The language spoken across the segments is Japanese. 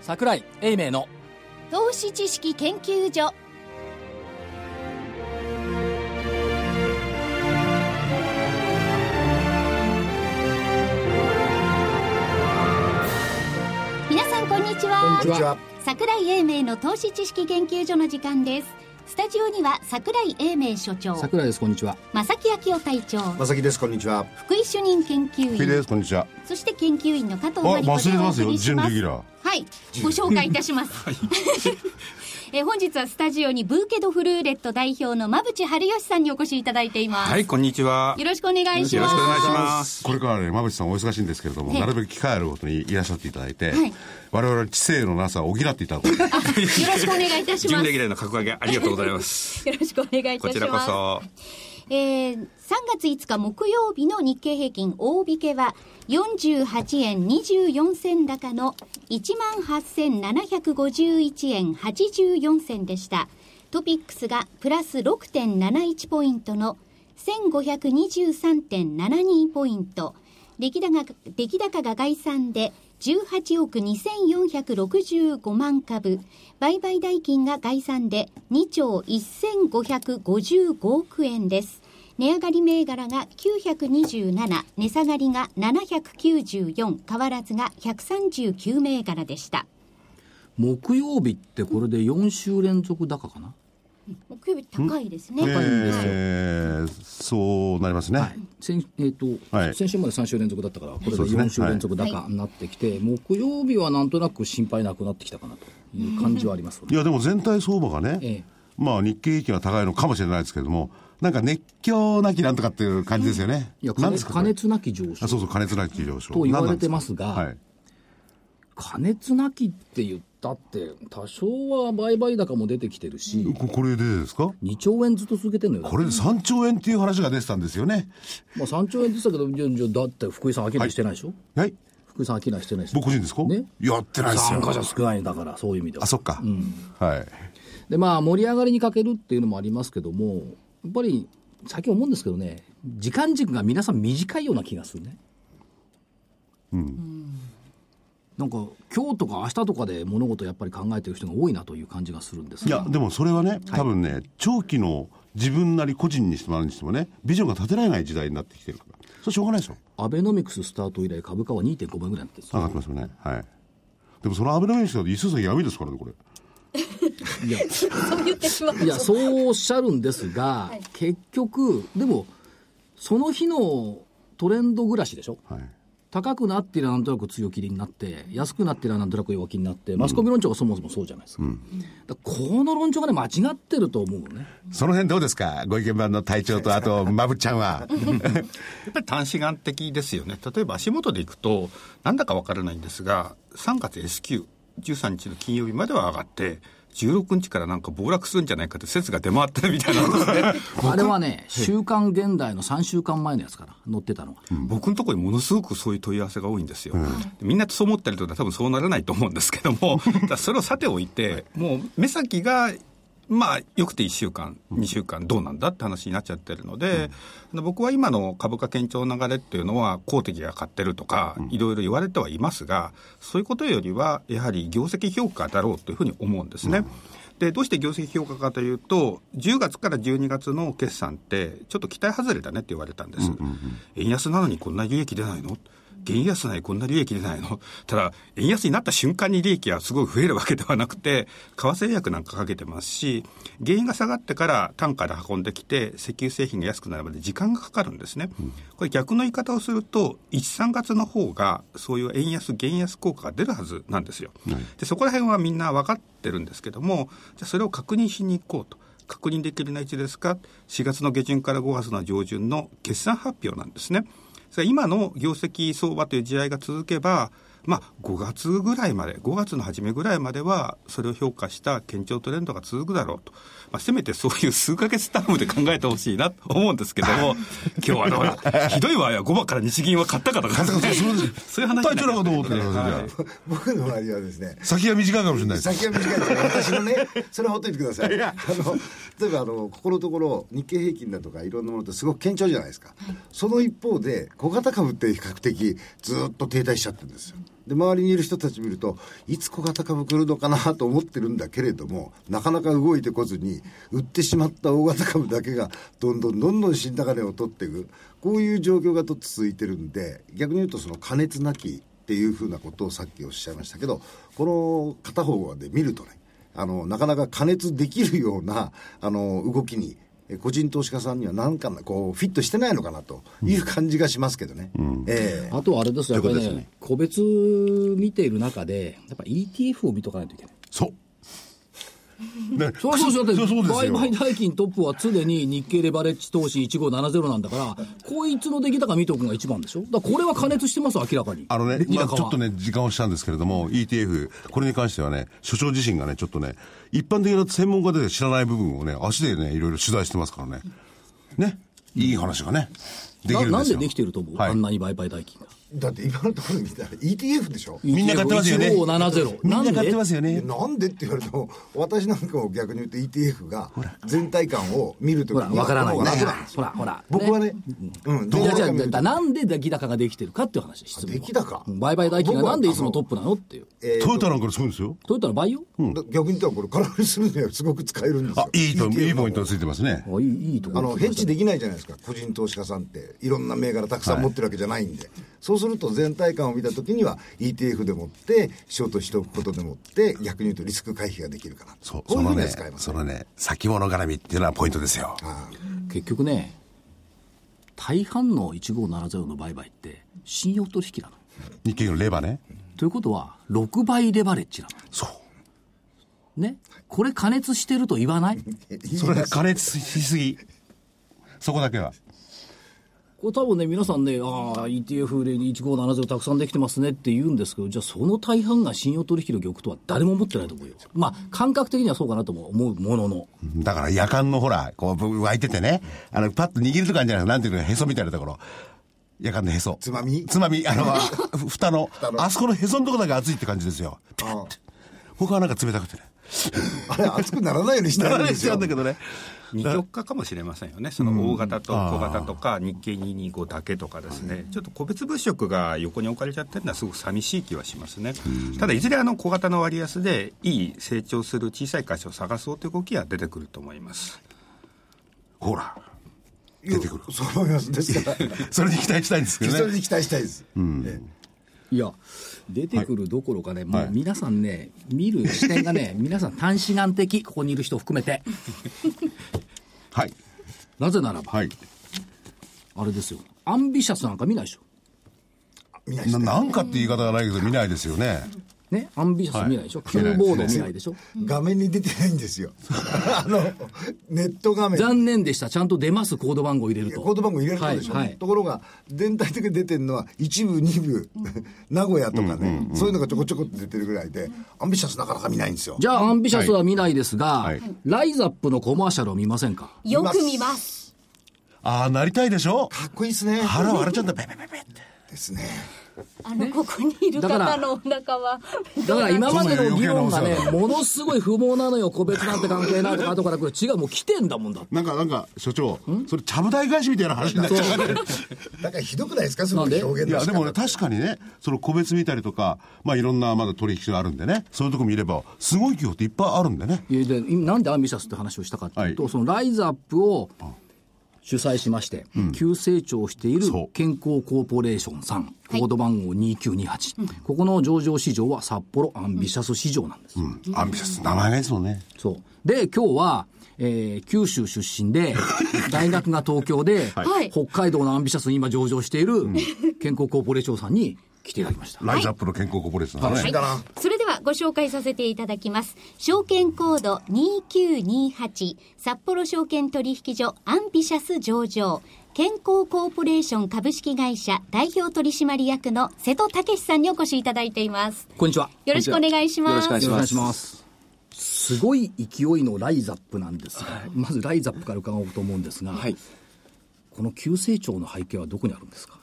櫻井英明の投資知識研究所。皆さんこんにちは。 こんにちは。 櫻井英明の投資知識研究所の時間です。スタジオには櫻井英明所長、 櫻井です、こんにちは。 正木昭夫隊長、 正木です、こんにちは。 福井主任研究員、 福井です、こんにちは。 そして研究員の加藤真理子でお送りします。 忘れてますよ、準レギュラー。 はい、ご紹介いたします、本日はスタジオにブーケドフルーレット代表の馬淵春吉さんにお越しいただいています。 はい、こんにちは。 よろしくお願いします。 よろしくお願いします。 これからね、馬淵さんお忙しいんですけれども、なるべく機会あるごとにいらっしゃっていただいて、 はい、 我々知性のなさを補っていただこうと。 よろしくお願いいたします。 準レギュラーの格上げありがとうございます。 よろしくお願いいたします。 こちらこそ。 3月5日木曜日の日経平均大引けは48円24銭高の 18,751 円84銭でした。トピックスがプラス 6.71 ポイントの 1523.72 ポイント、出来高が概算で18億2465万株、売買代金が概算で2兆1555億円です。値上がり銘柄が927、値下がりが794、変わらずが139銘柄でした。 木曜日ってこれで4週連続高かな。 木曜日高いですね。 高いんですよ。 そうなりますね。 はい、先週まで3週連続だったから、これで4週連続高になってきて、はい、木曜日はなんとなく心配なくなってきたかなという感じはあります、ね。 いやでも全体相場がね、まあ日経平均は高いのかもしれないですけれども、なんか熱狂なきなんとかっていう感じですよね。 いや、加熱なき上昇。 そうそう、加熱なき上昇と言われてますが、 はい、 加熱なきって言ったって多少は売買高も出てきてるし、 これでですか 2兆円ずっと続けてるのよ。 これで3兆円っていう話が出てたんですよね。 まあ3兆円って言ってたけど、じゃだって福井さん商いしてないでしょ。 はい、 福井さん商いしてないでしょ。 僕個人ですか、 ね、 やってないですよ。 参加者少ないんだから、そういう意味では。 あ、そっか、はい。 でまあ盛り上がりに欠けるっていうのもありますけども、やっぱり最近思うんですけどね、時間軸が皆さん短いような気がするね。なんか今日とか明日とかで物事をやっぱり考えてる人が多いなという感じがするんですが。 いやでもそれはね、多分ね、長期の自分なり個人にしても何にしてもね、ビジョンが立てられない時代になってきてるから、それしょうがないでしょ。 アベノミクススタート以来株価は 2.5 倍ぐらいになってるんですよ。 上がってますよね。はい。でもそのアベノミクスだと一数先闇ですからね、これ。 いやそう言ってしまう。 いや、そうおっしゃるんですが、はい、結局でもその日のトレンド暮らしでしょ。はい、高くなっているのはなんとなく強気になって、安くなっているのはなんとなく弱気になって、マスコミ論調がそもそもそうじゃないですか。だからこの論調がね、間違ってると思うのね。 その辺どうですか、ご意見番の隊長とあとまぶちゃんは。 やっぱり短視眼的ですよね。例えば足元でいくとなんだかわからないんですが、3月 S q 13日の金曜日までは上がって16日からなんか暴落するんじゃないかって説が出回ってるみたいなんですね。 あれはね、週刊現代の3週間前のやつから載ってたのが、 僕のところにものすごくそういう問い合わせが多いんですよ。みんなそう思ってると多分そうならないと思うんですけどもそれをさておいて、もう目先がまあよくて1週間2週間どうなんだって話になっちゃってるので、僕は今の株価堅調の流れっていうのは公的が買ってるとかいろいろ言われてはいますが、そういうことよりはやはり業績評価だろうというふうに思うんですね。でどうして業績評価かというと、10月から12月の決算ってちょっと期待外れだねって言われたんです。円安なのにこんな利益出ないの、原安ないこんな利益出ないの。ただ円安になった瞬間に利益はすごい増えるわけではなくて、為替薬なんかかけてますし、原油が下がってから単価で運んできて石油製品が安くなるまで時間がかかるんですね。これ逆の言い方をすると 1,3 月の方がそういう円安原安効果が出るはずなんですよ。でそこら辺はみんな分かってるんですけども、じゃあそれを確認しに行こうと。確認できるのはいつですか。4月の下旬から5月の上旬の決算発表なんですね。今の業績相場という地合いが続けば、まあ、5月ぐらいまで、5月の初めぐらいまではそれを評価した堅調トレンドが続くだろうと、まあ、せめてそういう数ヶ月タームで考えてほしいなと思うんですけども今日はどうだひどい場合は5番から日銀は買ったかとかそういう話隊長らがどうって僕の周りはですね、 先が短いかもしれないです。 先が短いです。私のね、それはほっといてください。 例えばここのところ日経平均だとかいろんなものってすごく堅調じゃないですか、その一方で小型株って比較的ずっと停滞しちゃってるんですよ。で周りにいる人たち見るといつ小型株来るのかなと思ってるんだけれども、なかなか動いてこずに売ってしまった大型株だけがどんどん新高値を取っていく、こういう状況が続いてるんで、逆に言うとその過熱なきっていうふうなことをさっきおっしゃいましたけど、この片方で見るとね、なかなか加熱できるような動きに個人投資家さんには何かこうフィットしてないのかなという感じがしますけどね、 あとはあれですよ、やっぱりね、個別見ている中でやっぱ ETF を見とかないといけない。 そうね、そうだって売買代金トップは常に日経レバレッジ投資1570なんだから、こいつの出来高見ておくのが一番でしょ。だからこれは加熱してます明らかに。 ちょっとね時間をしたんですけれども、 ETF これに関してはね、所長自身がねちょっとね一般的な専門家で知らない部分をね足でねいろいろ取材してますからね、いい話がねできるんですよ。 なんでできてると思う、あんなに売買代金が。 だって今のところ見たら ETF でしょ。 みんな買ってますよね。 1570 みんな買ってますよね。 なんでって言われても、私なんかを逆に言うと ETF が全体感を見るときにわからないね。 ほら僕はね、 じゃあなんで出来高ができてるかっていう話です。 出来高売買代金がなんでいつもトップなのっていう。 トヨタなんかそうですよ。 トヨタの倍よ。 逆に言ったらこれ空売りするにはすごく使えるんですよ。 いいポイントがついてますね。 いいところ。 ヘッジできないじゃないですか、個人投資家さんっていろんな銘柄たくさん持ってるわけじゃないんで、そうすると全体感を見たときには ETF でもってショートしておくことでもって逆に言うとリスク回避ができるかなと。 こういうふうに使います。そのね先物絡みっていうのはポイントですよ。 結局ね、大半の1570の売買って信用取引なの。 日経のレバね。 ということは6倍レバレッジなの。そうね、これ加熱してると言わない？ それ加熱しすぎ、そこだけは。 これ多分ね皆さんね、ETF で1570たくさんできてますねって言うんですけど、じゃあその大半が信用取引の玉とは誰も思ってないと思うよ。まあ感覚的にはそうかなとも思うものの、 だから夜間のほらこう湧いててね、パッと握るとかあるんじゃないか、なんていうの、へそみたいなところ、夜間のへそ、 つまみ蓋のあそこのへそのところだけ熱いって感じですよ。他はなんか冷たくてねあれ熱くならないようにしてあるんですよ。 だけどね、 二極化かもしれませんよね。その大型と小型とか日経225だけとかですね、ちょっと個別物色が横に置かれちゃってるのはすごく寂しい気はしますね。ただいずれ小型の割安でいい成長する小さい会社を探そうという動きは出てくると思います。 ほら出てくる。 そう思います。ですからそれに期待したいんですけどね。 それに期待したいです。 いや出てくるどころかね、もう皆さんね見る視点がね皆さん単視眼的、ここにいる人含めてはい。 なぜならば、あれですよ、アンビシャスなんか見ないでしょ。 見ないですね。 なんかって言い方がないけど見ないですよね。 ね、アンビシャス見ないでしょ、キューボード見ないでしょ。 画面に出てないんですよネット画面。 残念でした。ちゃんと出ます、コード番号入れると。 コード番号入れるとでしょ、ところが全体的に出てるのは一部二部名古屋とかね、そういうのがちょこちょこって出てるぐらいで、アンビシャスなかなか見ないんですよ。 じゃあアンビシャスは見ないですが、ライザップのコマーシャルを見ませんか？ よく見ます。 なりたいでしょ。 かっこいいですね。 腹割れちゃった、ペペペペってですね。 ここにいる方のお腹はだから今までの議論がねものすごい不毛なのよ。個別なんて関係ないとか後から来る。違う、もう来てんだもんだ。 なんか所長、それちゃぶ台返しみたいな話になっちゃうからだからひどくないですか、その表現の仕方。 いやでもね、確かにね、その個別見たりとか、いろんなまだ取引があるんでね、そういうとこ見ればすごい企業っていっぱいあるんでね。 なんでアンビシャスって話をしたかっていうと、そのライズアップを主催しまして、急成長している健康コーポレーションさん、コード番号2928、ここの上場市場は札幌アンビシャス市場なんです。 アンビシャス、名前がいいですもんね。 そうで今日は、九州出身で大学が東京で、北海道のアンビシャスに今上場している健康コーポレーションさんに来ていただきました。 ライズアップの健康コーポレーションさんね。 それではご紹介させていただきます。証券コード2928、札幌証券取引所アンビシャス上場、健康コーポレーション株式会社代表取締役の瀬戸武さんにお越しいただいています。 こんにちは。 よろしくお願いします。 よろしくお願いします。すごい勢いのライザップなんですが、まずライザップから伺おうと思うんですが、この急成長の背景はどこにあるんですか？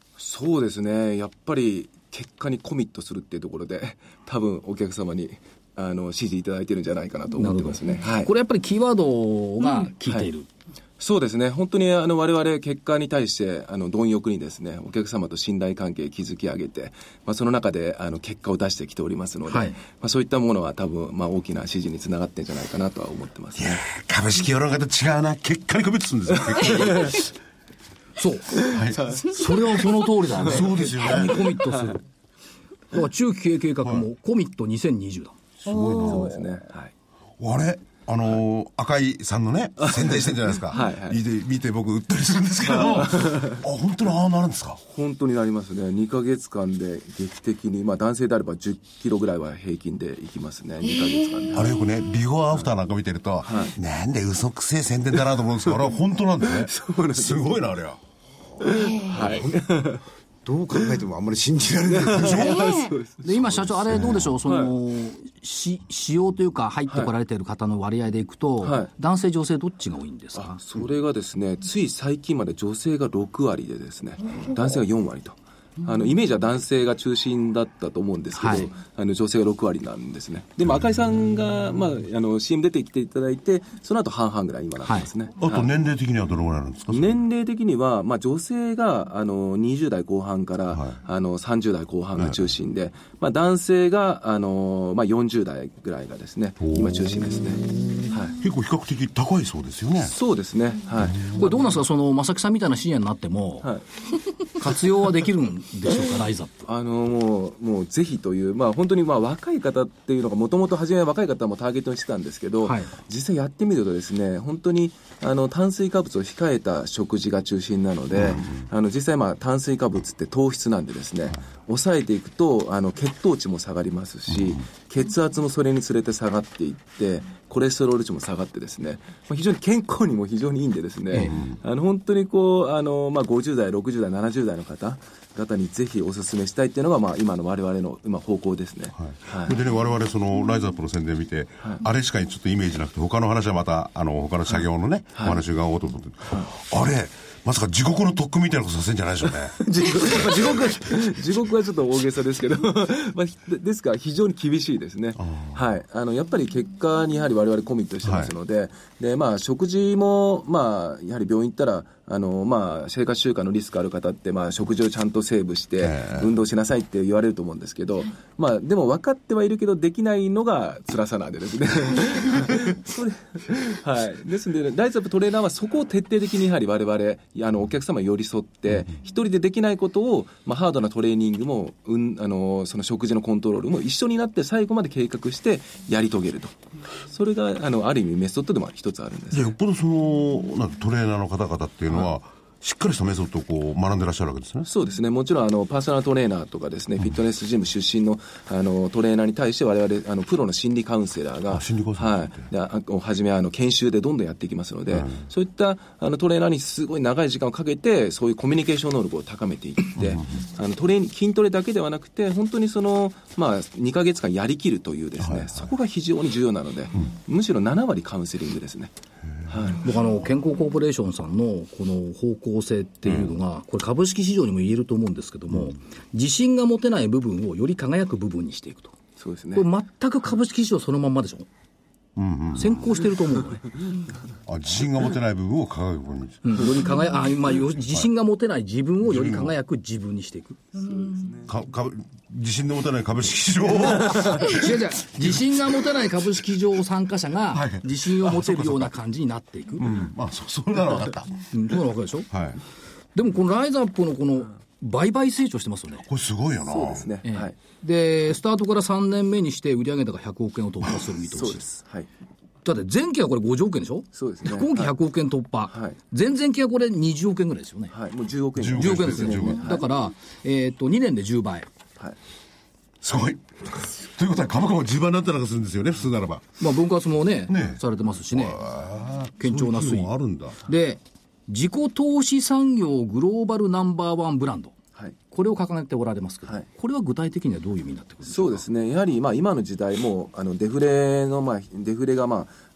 そうですね、やっぱり結果にコミットするっていうところで多分お客様に支持いただいてるんじゃないかなと思ってますね。はい、 これやっぱりキーワードが効いている。 そうですね。本当に我々結果に対して貪欲にですね、お客様と信頼関係を築き上げて、その中で結果を出してきておりますので、そういったものは多分大きな支持につながってんじゃないかなとは思ってますね。 いや株式世論型違うな、結果にコミットするんですよ。 そう、はい、それはその通りだね。 そうですよね。 コミットする。だから中期経営計画もコミット2020だ。 すごいな。 そうですね。はい。 あれ赤井さんのね、宣伝してるじゃないですか。はい、はい。見て僕、うっとりするんですけど、本当にああなるんですか？ 本当になりますね。2ヶ月間で劇的に、男性であれば10キロぐらいは平均でいきますね。2ヶ月間で。 あれよくね、ビフォーアフターなんか見てると、なんで嘘くせえ宣伝だなと思うんですけど、あれは本当なんですね。そうなんです。すごいな、あれは。 はい。どう考えてもあんまり信じられないですね。 で今社長あれどうでしょう、使用というか入ってこられている方の割合でいくと、男性女性どっちが多いんですか？ それがですね、つい最近まで女性が6割でですね、男性が4割と。イメージは男性が中心だったと思うんですけど、女性が6割なんですね。でも赤井さんが、CM 出てきていただいて、その後半々ぐらい今なってますね。 あと年齢的にはどのぐらいなんですか？ 年齢的には、女性が20代後半から、30代後半が中心で、男性が40代ぐらいがですね、今中心ですね。 結構比較的高いそうですよね。 そうですね。はい。 これどうなんですか、正木さんみたいなシニアになっても、活用はできるんでしょうか、ライザップ。 もうぜひという、本当に若い方っていうのがもともと初めは若い方もターゲットにしてたんですけど、実際やってみるとですね、本当に炭水化物を控えた食事が中心なので、実際炭水化物って糖質なんでですね、抑えていくと血糖値も下がりますし、血圧もそれにつれて下がっていって、コレステロール値も下がってですね、非常に健康にも非常にいいんでですね、本当に50代、60代、70代の方にぜひお勧めしたいっていうのが、今の我々の今方向ですね。 でね、我々そのライズアップの宣伝を見て、あれしかちょっとイメージなくて、他の話はまた他の社業のね、お話を伺おうと思って、あれまさか地獄の特訓みたいなことさせるんじゃないでしょうね。 地獄はちょっと大げさですけど、ですから非常に厳しいですね。はい。やっぱり結果にやはり我々コミットしてますので、で、食事も、やはり病院行ったら、生活習慣のリスクある方って、食事をちゃんとセーブして、運動しなさいって言われると思うんですけど、でも分かってはいるけど、できないのが辛さなんでですね。はい。ですので、ライズアップトレーナーはそこを徹底的にやはり我々、お客様に寄り添って、一人でできないことを、ハードなトレーニングも、その食事のコントロールも一緒になって最後まで計画してやり遂げると。それが、ある意味メソッドでも一つあるんです。 よっぽどその、トレーナーの方々っていうのは、しっかりしたメソッドを学んでらっしゃるわけですね。 そうですね。もちろんパーソナルトレーナーとかですね、フィットネスジム出身のトレーナーに対して我々プロの心理カウンセラーがはじめ研修でどんどんやっていきますので、そういったトレーナーにすごい長い時間をかけてそういうコミュニケーション能力を高めていって筋トレだけではなくて本当にその2ヶ月間やりきるというですね、そこが非常に重要なので、むしろ7割カウンセリングですね。 僕健康コーポレーションさんのこの方向性っていうのが、これ株式市場にも言えると思うんですけども、自信が持てない部分をより輝く部分にしていくと。 そうですね。 これ全く株式市場そのまんまでしょ。先行してると思うのね。 自信が持てない部分を輝く部分に、 より自信が持てない自分をより輝く自分にしていく。 自信の持てない株式市場を自信が持てない株式市場参加者が自信を持てるような感じになっていく。 それなら分かった。 そうなら分かるでしょ。でもこのライズアップのこの倍々成長してますよね。 これすごいよな。 そうですね。 でスタートから3年目にして売上高100億円を突破する見通し。 そうです。 だって前期はこれ50億円でしょ。 そうですね。 今期100億円突破。前々期はこれ20億円ぐらいですよね。 もう10億円。 10億円ですね。だから2年で10倍。 すごい。ということは株価も10倍になったりするんですよね、普通ならば。 分割もねされてますしね。堅調な推移。 あるんだ。 で自己投資産業グローバルナンバーワンブランド。これを掲げておられますけど、これは具体的にはどういう意味になってくるんですか。 そうですね。やはり今の時代もデフレが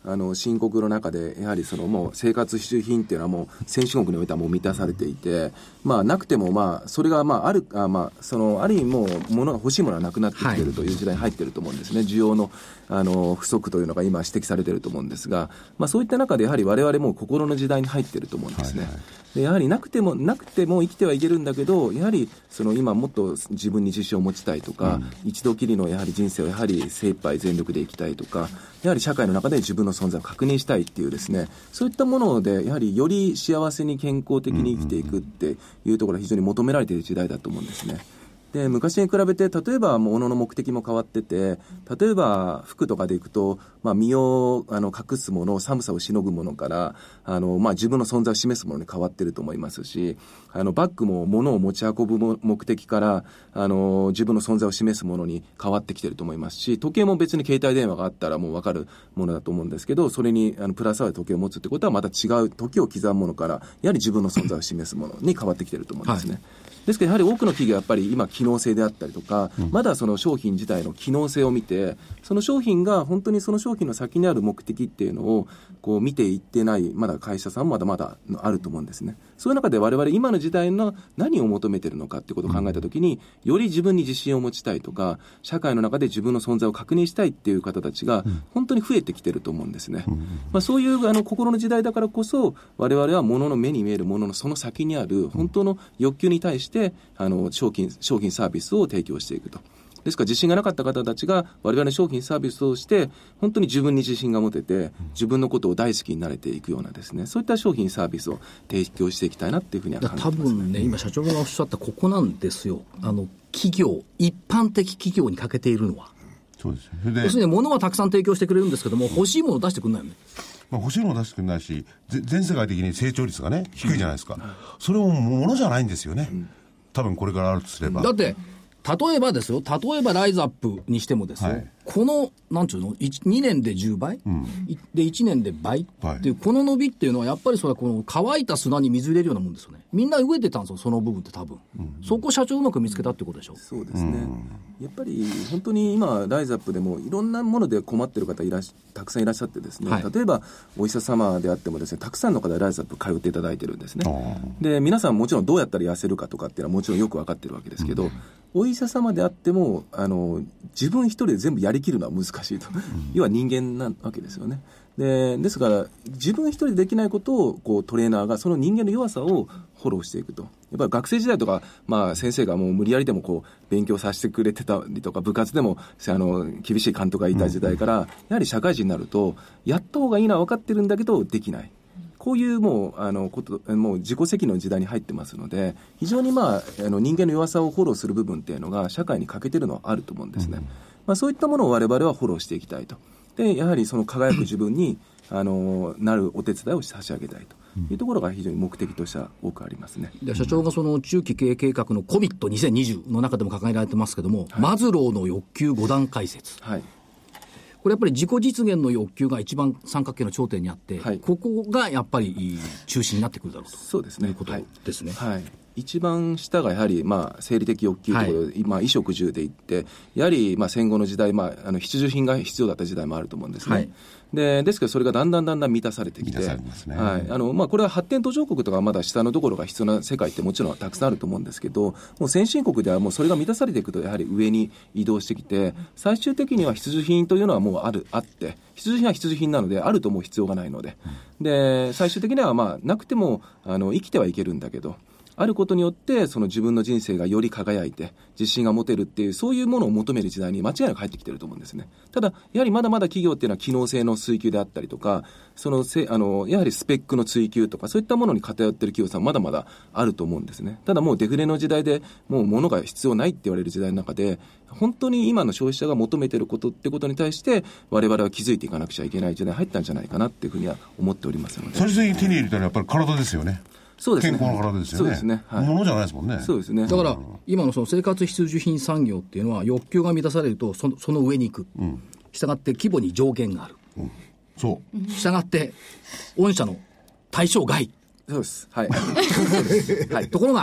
新国の中でやはりもう生活必需品っていうのはもう先進国においてはもう満たされていて、なくてもそれがある意味もう欲しいものはなくなってきているという時代に入っていると思うんですね。需要の不足というのが今指摘されていると思うんですが、そういった中でやはり我々も心の時代に入っていると思うんですね。でやはりなくても生きてはいけるんだけど、やはり今もっと自分に自信を持ちたいとか、一度きりのやはり人生をやはり精一杯全力で生きたいとか、やはり社会の中で自分の存在を確認したいっていうですね、そういったものでやはりより幸せに健康的に生きていくっていうところが非常に求められている時代だと思うんですね。で昔に比べて例えば物の目的も変わってて、例えば服とかでいくと、身を隠すもの、寒さをしのぐものから自分の存在を示すものに変わっていると思いますし、バッグも物を持ち運ぶ目的から自分の存在を示すものに変わってきていると思いますし、時計も別に携帯電話があったらもう分かるものだと思うんですけど、それにプラスアルファ時計を持つってことはまた違う時を刻むものからやはり自分の存在を示すものに変わってきていると思うんですね。ですからやはり多くの企業はやっぱり今機能性であったりとか、まだその商品自体の機能性を見て、その商品が本当にその商品の先にある目的っていうのをこう見ていってないまだ会社さんもまだまだあると思うんですね。そういう中で我々今の時代の何を求めているのかっていうことを考えたときに、より自分に自信を持ちたいとか、社会の中で自分の存在を確認したいっていう方たちが本当に増えてきていると思うんですね。そういう心の時代だからこそ、我々は物の目に見えるもののその先にある本当の欲求に対して商品サービスを提供していくと。ですから自信がなかった方たちが我々の商品サービスをして本当に自分に自信が持てて自分のことを大好きになれていくようなですね、そういった商品サービスを提供していきたいなっていうふうには考えてます。 多分ね、今社長がおっしゃったここなんですよ。企業、一般的企業に欠けているのは。 そうですね。 要するに物はたくさん提供してくれるんですけども、欲しいものを出してくれないよね。 欲しいもの出してくれないし、全世界的に成長率がね低いじゃないですか。それも物じゃないんですよね。多分これからあるとすれば。 だって例えばですよ、例えばライズアップにしてもですよ、このなんちゅうの2年で10倍、で1年で倍っていう、この伸びっていうのはやっぱりそれはこの乾いた砂に水入れるようなもんですよね。みんな飢えてたんですよ、その部分って多分、そこを社長うまく見つけたってことでしょ。 そうですね、やっぱり本当に今ライズアップでもいろんなもので困ってる方たくさんいらっしゃってですね、例えばお医者様であってもですね、たくさんの方でライズアップ通っていただいてるんですね。で皆さんもちろんどうやったら痩せるかとかっていうのはもちろんよく分かってるわけですけど、お医者様であっても自分一人で全部やりきるのは難しいと、要は人間なわけですよね。ですから自分一人でできないことをこうトレーナーがその人間の弱さをフォローしていくと。やっぱり学生時代とか、先生がもう無理やりでもこう勉強させてくれてたりとか、部活でも厳しい監督がいた時代から、やはり社会人になるとやった方がいいのは分かってるんだけどできない、こういうもう自己責任の時代に入ってますので、非常に人間の弱さをフォローする部分っていうのが社会に欠けてるのはあると思うんですね。そういったものを我々はフォローしていきたいと。でやはりその輝く自分になるお手伝いを差し上げたいというところが非常に目的としては多くありますね。 で社長がその中期経営計画のコミット2020の中でも掲げられてますけども、マズローの欲求5段階説、これやっぱり自己実現の欲求が一番三角形の頂点にあって、ここがやっぱり中心になってくるだろうと。 そうですね、 いうことですね。 一番下がやはり生理的欲求ということで、衣食住でいって、やはり戦後の時代、必需品が必要だった時代もあると思うんですね。ですけどそれがだんだん満たされてきて、これは発展途上国とかまだ下のところが必要な世界ってもちろんたくさんあると思うんですけど、もう先進国ではもうそれが満たされていくとやはり上に移動してきて、最終的には必需品というのはもうあって、必需品は必需品なのであるともう必要がないので、最終的にはなくても生きてはいけるんだけど、あることによってその自分の人生がより輝いて自信が持てるっていう、そういうものを求める時代に間違いなく入ってきてると思うんですね。ただやはりまだまだ企業っていうのは機能性の追求であったりとか、やはりスペックの追求とか、そういったものに偏っている企業さんまだまだあると思うんですね。ただもうデフレの時代でもう物が必要ないって言われる時代の中で、本当に今の消費者が求めていることってことに対して我々は気づいていかなくちゃいけない時代に入ったんじゃないかなっていうふうには思っておりますので、 最終的に手に入れたらやっぱり体ですよね。 そうですね、 健康の体ですよね。 そうですね、 物じゃないですもんね。 そうですね。 だから今のその生活必需品産業っていうのは欲求が満たされるとその上に行く、したがって規模に上限がある、したがって御社の対象外。 そうです、ところが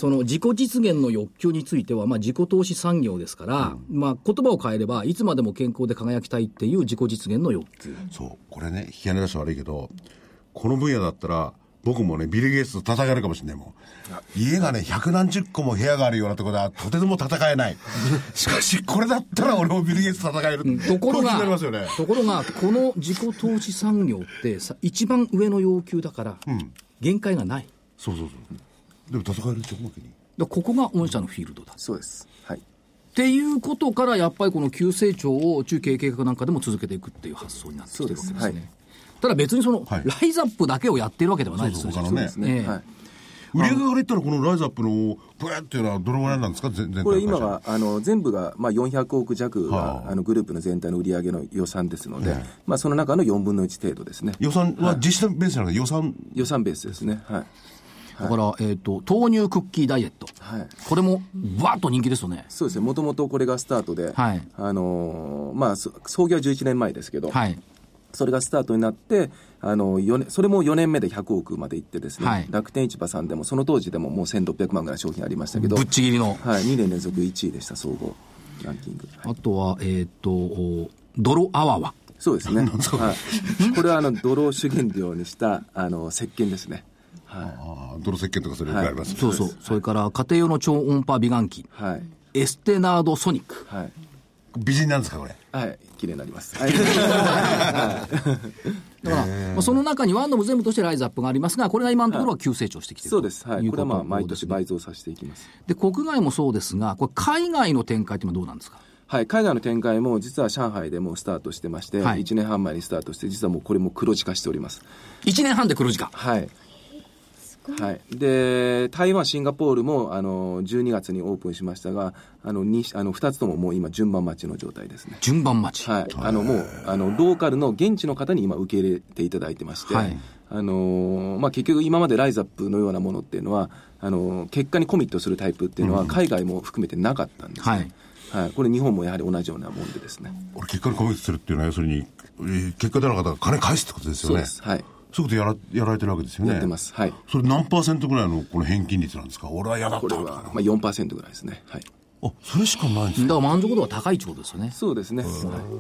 その自己実現の欲求については、自己投資産業ですから、言葉を変えれば、いつまでも健康で輝きたいっていう自己実現の欲求。 そう。これね、引き金出し悪いけど、この分野だったら、僕もね、ビル・ゲイツと戦えるかもしれないもん。家がね、百何十個も部屋があるようなところでは、とても戦えない。しかし、これだったら俺もビル・ゲイツと戦える。 ところが、 この自己投資産業って一番上の要求だから、限界がない。 そう。でも戦えるでしょ、おまけに。 ここが御社のフィールドだ。 そうです。はい。 っていうことから、やっぱりこの急成長を中経営計画なんかでも続けていくっていう発想になってきてるわけですね。そうです。はい。ただ別にライズアップだけをやってるわけではないですよね。 そうですね。はい。 売上から言ったらこのライズアップのブレっていうのはどのぐらいなんですか？ これ今は全部が400億弱がグループの全体の売上の予算ですので、その中の4分の1程度ですね。 予算は実質ベースじゃなくて予算ベースですね。はい。 だから、豆乳クッキーダイエット。はい。これも、バーッと人気ですよね。 そうですね。もともとこれがスタートで、はい。創業は11年前ですけど、はい。それがスタートになって、それも4年目で100億までいってですね、はい、楽天市場さんでもその当時でももう1600万ぐらい商品ありましたけど、 ぶっちぎりの、 はい、2年連続1位でした、総合ランキング。 はい、あとは泥あわわ。 そうですね。はい、これは泥主原料にした石鹸ですね。 はい、泥石鹸とかそれよくあります、ね。 はい、そう。それから家庭用の超音波美顔器、はい、エステナードソニック。はい。 美人なんですかこれ？ はい、綺麗になります。はい、 だから、その中にワンドも全部としてライズアップがありますが、これが今のところは急成長してきている、 そうです。はい。これは毎年倍増させていきます。 で、国外もそうですが、これ海外の展開っていうのはどうなんですか？ はい、海外の展開も実は上海でもうスタートしてまして、はい、1年半前にスタートして、実はもうこれも黒字化しております。 1年半で黒字化？ はい。はい、で台湾、シンガポールも12月にオープンしましたが、2つとももう今順番待ちの状態ですね。 順番待ち、 はい、もうローカルの現地の方に今受け入れていただいてまして、はい、結局今までライズアップのようなものっていうのは結果にコミットするタイプっていうのは海外も含めてなかったんですね。はいはい、これ日本もやはり同じようなもんでですね。 これ結果にコミットするっていうのは要するに、結果出なかったら金返すってことですよね。 そうです。はい。 そういうことやられてるわけですよね。 やってます。はい。 それ何%ぐらいのこの返金率なんですか？俺は嫌だったこれは4% ぐらいですね。はい。 あ、それしかないんですか？ だから満足度は高いってことですよね。 そうですね。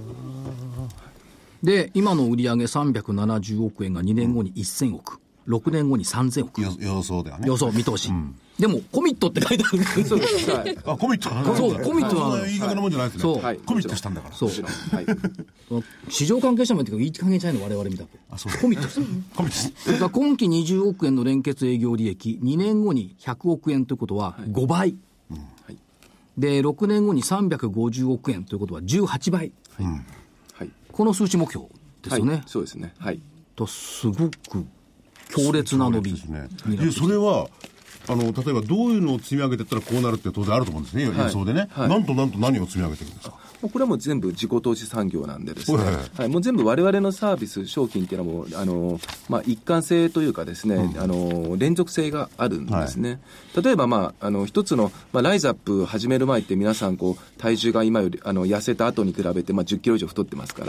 で、今の売上370億円が2年後に1000億、6年後に3000億。 予想ではね。 予想、見通し。でも、コミットって書いてあるんです。 そうです。はい。 あ、コミット。 そう、コミットは。 言い方のもんじゃないですね。そう。コミットしたんだから。 そう。はい。市場関係者も言っていい加減じゃないの、我々見たって。 あ、そう。 コミットした。 コミット。 今期20億円の連結営業利益、2年後に100億円ということは5倍。はい。で、6年後に350億円ということは18倍。はい。この数値目標ですよね。 そうですね。はい。 と、すごく強烈な伸びですね。それは、例えばどういうのを積み上げていったらこうなるって当然あると思うんですね、予想でね。なんと何を積み上げていくんですか？ これはもう全部自己投資産業なんでですね、はい、もう全部我々のサービス、商品っていうのはもう一貫性というかですね、連続性があるんですね。はい、例えば、一つの、ライズアップ始める前って皆さん体重が今より痩せた後に比べて、10キロ以上太ってますから、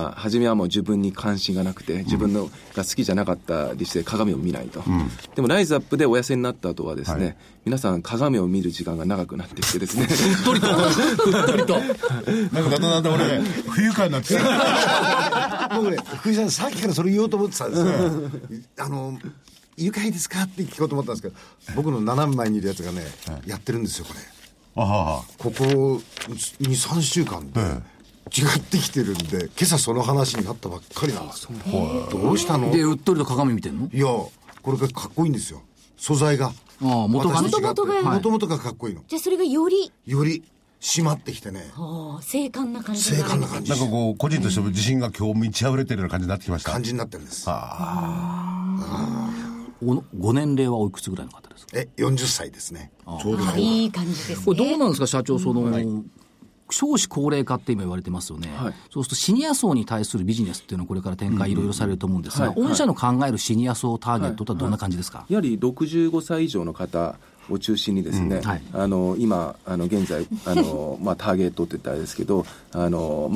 初めはもう自分に関心がなくて、自分のが好きじゃなかったりして鏡を見ないと。でもライズアップでお痩せになった後はですね、皆さん鏡を見る時間が長くなってきてですね、 ふっとりとなんかだんだん俺不愉快になって僕ね、福井さんさっきからそれ言おうと思ってたんですよ。愉快ですかって聞こうと思ったんですけど、僕の斜め前にいるやつがね、やってるんですよこれ。ここ 2,3 週間で違ってきてるんで、今朝その話になったばっかりなんですよ。どうしたので、うっとりと鏡見てんの？ いや、これがかっこいいんですよ、素材が。 元々 がかっこいいの。 じゃあそれがより締まってきてね、 精悍な感じ。 なんか個人としても自信が今日満ち溢れてるような感じになってきました。 感じになってるんです。 ご年齢はおいくつぐらいの方ですか ？40歳ですね。 ちょうどいい感じですね。 これどうなんですか社長、少子高齢化って今言われてますよね。はい、そうするとシニア層に対するビジネスっていうのはこれから展開いろいろされると思うんですが、御社の考えるシニア層ターゲットとはどんな感じですか？ やはり65歳以上の方を中心にですね、今現在ターゲットって言ったらあれですけど我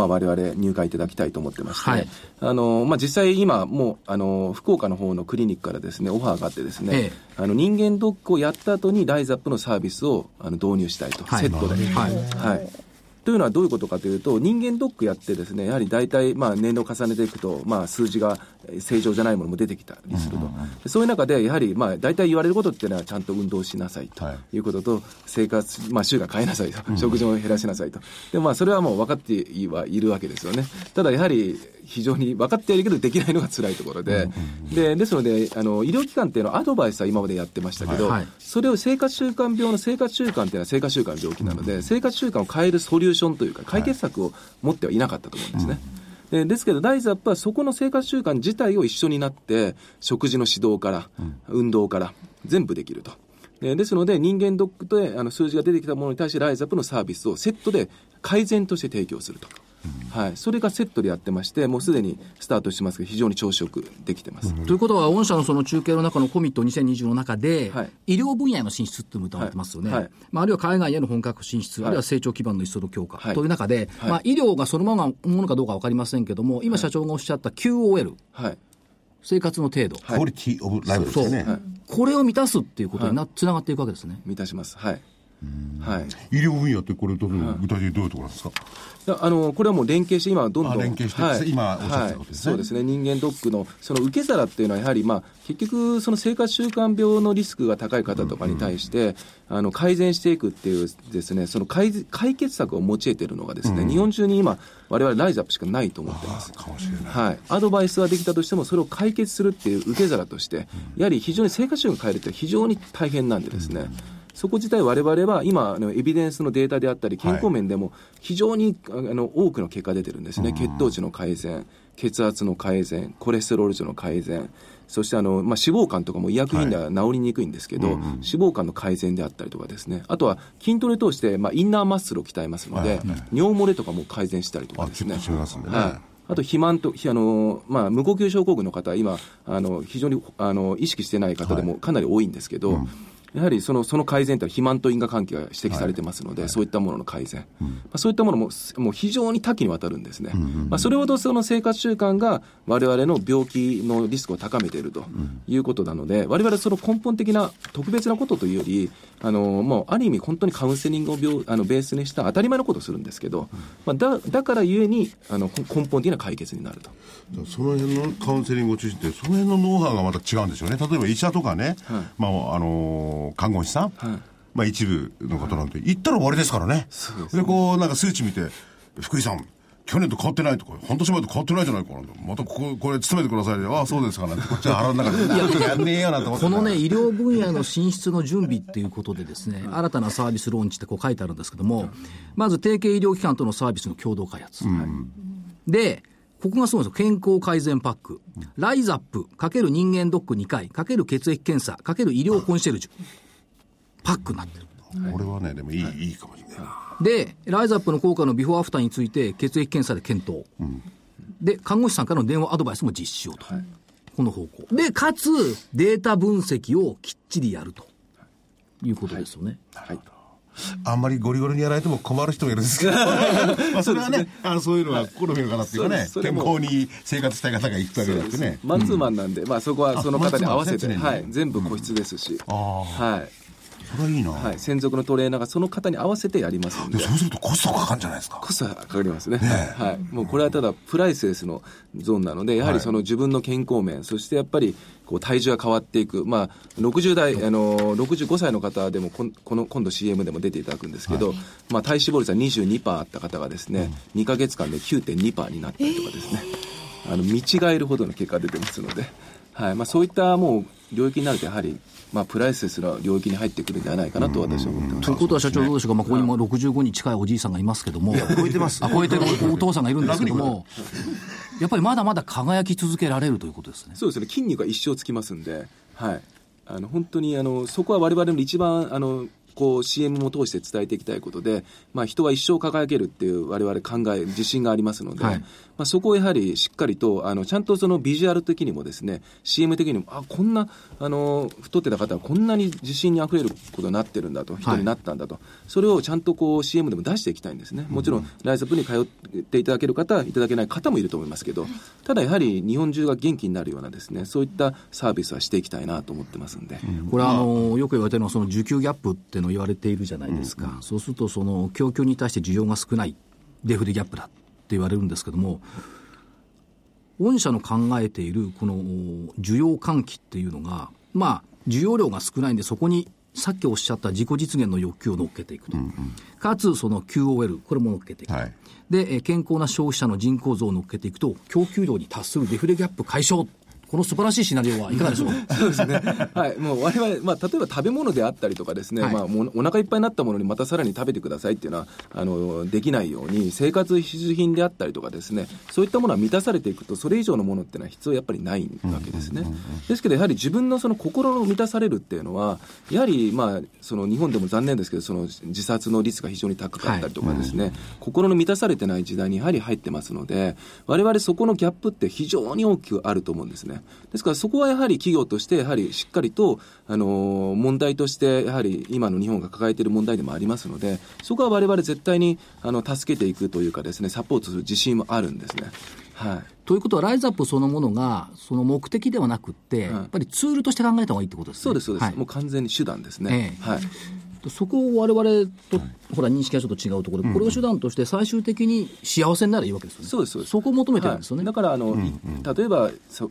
々入会いただきたいと思ってまして、実際今もう福岡の方のクリニックからですねオファーがあってですね、人間ドックをやった後にライザップのサービスを導入したいと、セットで。というのはどういうことかというと、人間ドックやってですね、やはり大体年齢を重ねていくと、数字が正常じゃないものも出てきたりすると、そういう中でやはり大体言われることっていうのはちゃんと運動しなさいということと、生活習慣変えなさいと、食事も減らしなさいと。でそれはもう分かってはいるわけですよね。ただやはり非常に分かってはいるけどできないのが辛いところで、ですので医療機関っていうのはアドバイスは今までやってましたけど、それを生活習慣病の生活習慣っていうのは生活習慣の病気なので、生活習慣を変えるソリューションというか解決策を持ってはいなかったと思うんですね。ですけどライザップはそこの生活習慣自体を一緒になって食事の指導から運動から全部できると。ですので人間ドックで数字が出てきたものに対してライザップのサービスをセットで改善として提供すると。それがセットでやってまして、もうすでにスタートしてますけど非常に調子よくできてます。 ということは御社のその中継の中のコミット2020の中で、医療分野への進出っていうのも歌ってますよね。あるいは海外への本格進出、あるいは成長基盤の一層の強化という中で、医療がそのままものかどうか分かりませんけども、今社長がおっしゃった QOL、生活の程度、 クオリティオブライフですね。 これを満たすっていうことにつながっていくわけですね。 満たします。 医療分野ってこれ具体的にどういうところなんですか？ これはもう連携して今どんどん連携して、今おっしゃったことですね。 そうですね。人間ドックのその受け皿っていうのはやはり結局その生活習慣病のリスクが高い方とかに対して改善していくっていうですね、その解決策を用いているのがですね、日本中に今我々ライザップしかないと思ってます。 かもしれない。 アドバイスはできたとしてもそれを解決するっていう受け皿としてやはり非常に生活習慣を変えるって非常に大変なんでですね。そこ自体我々は今エビデンスのデータであったり健康面でも非常に多くの結果が出てるんですね。血糖値の改善、血圧の改善、コレステロール値の改善、そして脂肪肝とかも医薬品では治りにくいんですけど、脂肪肝の改善であったりとかですね、あとは筋トレ通して、インナーマッスルを鍛えますので、尿漏れとかも改善したりとかですね。あと肥満と無呼吸症候群の方今非常に意識してない方でもかなり多いんですけど、やはりその改善というのは肥満と因果関係が指摘されてますので、そういったものの改善、そういったものもう非常に多岐にわたるんですね。それほどその生活習慣が我々の病気のリスクを高めているということなので、我々その根本的な特別なことというよりもうある意味本当にカウンセリングをベースにした当たり前のことをするんですけど、だからゆえに根本的な解決になると。 その辺のカウンセリングを中心ってその辺のノウハウがまた違うんでしょうね。例えば医者とかね、看護師さん、一部の方なんて言ったら終わりですからね。でこうなんか数値見て、福井さん去年と変わってないとか、半年前と変わってないじゃないかなと、またこれ勤めてくださいで、ああそうですかなんてこっちは腹の中でやんねえよなと思って、 このね医療分野の進出の準備っていうことでですね、新たなサービスローンチってこう書いてあるんですけども、まず提携医療機関とのサービスの共同開発、でここがそうですよ。健康改善パック、ライザップ×人間ドック2回×血液検査×医療コンシェルジュパックになってる。 これはねでもいいかもしれないな。 でライザップの効果のビフォーアフターについて血液検査で検討、で看護師さんからの電話アドバイスも実施しようと、この方向で、かつデータ分析をきっちりやるということですよね。 あんまりゴリゴリにやられても困る人がいるんですけどそれはねそういうのは好みの方っていうかね、健康に生活したい方が行くわけだってね、 マンツーマンなんで、そこはその方に合わせて、全部個室ですし、 それはいいな、 専属のトレーナーがその方に合わせてやりますんで。 そうするとコストかかるんじゃないですか。 コストはかかりますね。もうこれはただプライスレスのゾーンなので、やはりその自分の健康面、そしてやっぱりこう体重が変わっていく、60代65歳の方でも今度 CM でも出ていただくんですけど、体脂肪率は 22% あった方がですね、2ヶ月間で 9.2% になったりとかですね、見違えるほどの結果が出てますので、そういったもう領域になるとやはりプライスレスな領域に入ってくるんじゃないかなと私は思ってます。 ということは社長どうでしょうか、ここにも65に近いおじいさんがいますけども、 超えてます、 超えてるお父さんがいるんですけどもやっぱりまだまだ輝き続けられるということですね。 そうですね。筋肉が一生つきますんで、本当にそこは我々の一番こう CM も通して伝えていきたいことで、人は一生輝けるっていう我々自信がありますので、そこをやはりしっかりとちゃんとそのビジュアル的にもですね CM 的にもこんな太ってた方はこんなに自信にあふれることになってるんだと、人になったんだと、それをちゃんとこう CM でも出していきたいんですね。もちろんライズアップに通っていただける方、いただけない方もいると思いますけど、ただやはり日本中が元気になるようなですね、そういったサービスはしていきたいなと思ってますんで、 これはよく言われているのはその需給ギャップっての言われているじゃないですか。そうするとその供給に対して需要が少ないデフレギャップだって言われるんですけども、御社の考えているこの需要喚起っていうのが、需要量が少ないんで、そこにさっきおっしゃった自己実現の欲求を乗っけていくと、かつその QOL これも乗っけていく、で健康な消費者の人口増を乗っけていくと、供給量に達するデフレギャップ解消、この素晴らしいシナリオはいかがでしょうか。 そうですね、もう我々、例えば食べ物であったりとかですね、もうお腹いっぱいになったものにまたさらに食べてくださいっていうのはできないように、生活必需品であったりとかですね、そういったものは満たされていくと、それ以上のものっていうのは必要やっぱりないわけですね。ですけどやはり自分のその心の満たされるっていうのは、やはりその日本でも残念ですけど、その自殺の率が非常に高かったりとかですね、心の満たされてない時代にやはり入ってますので、我々そこのギャップって非常に大きくあると思うんですね。ですからそこはやはり企業としてやはりしっかりと問題としてやはり今の日本が抱えている問題でもありますので、そこは我々絶対に助けていくというかですね、サポートする自信もあるんですね。 ということはライズアップそのものがその目的ではなくって、やっぱりツールとして考えた方がいいってことですね。 そうですそうです、もう完全に手段ですね。 そこを我々と、ほら認識がちょっと違うところで、これを手段として最終的に幸せになればいいわけですよね。 そうですそうです。 そこを求めてるんですよね。 だから例えば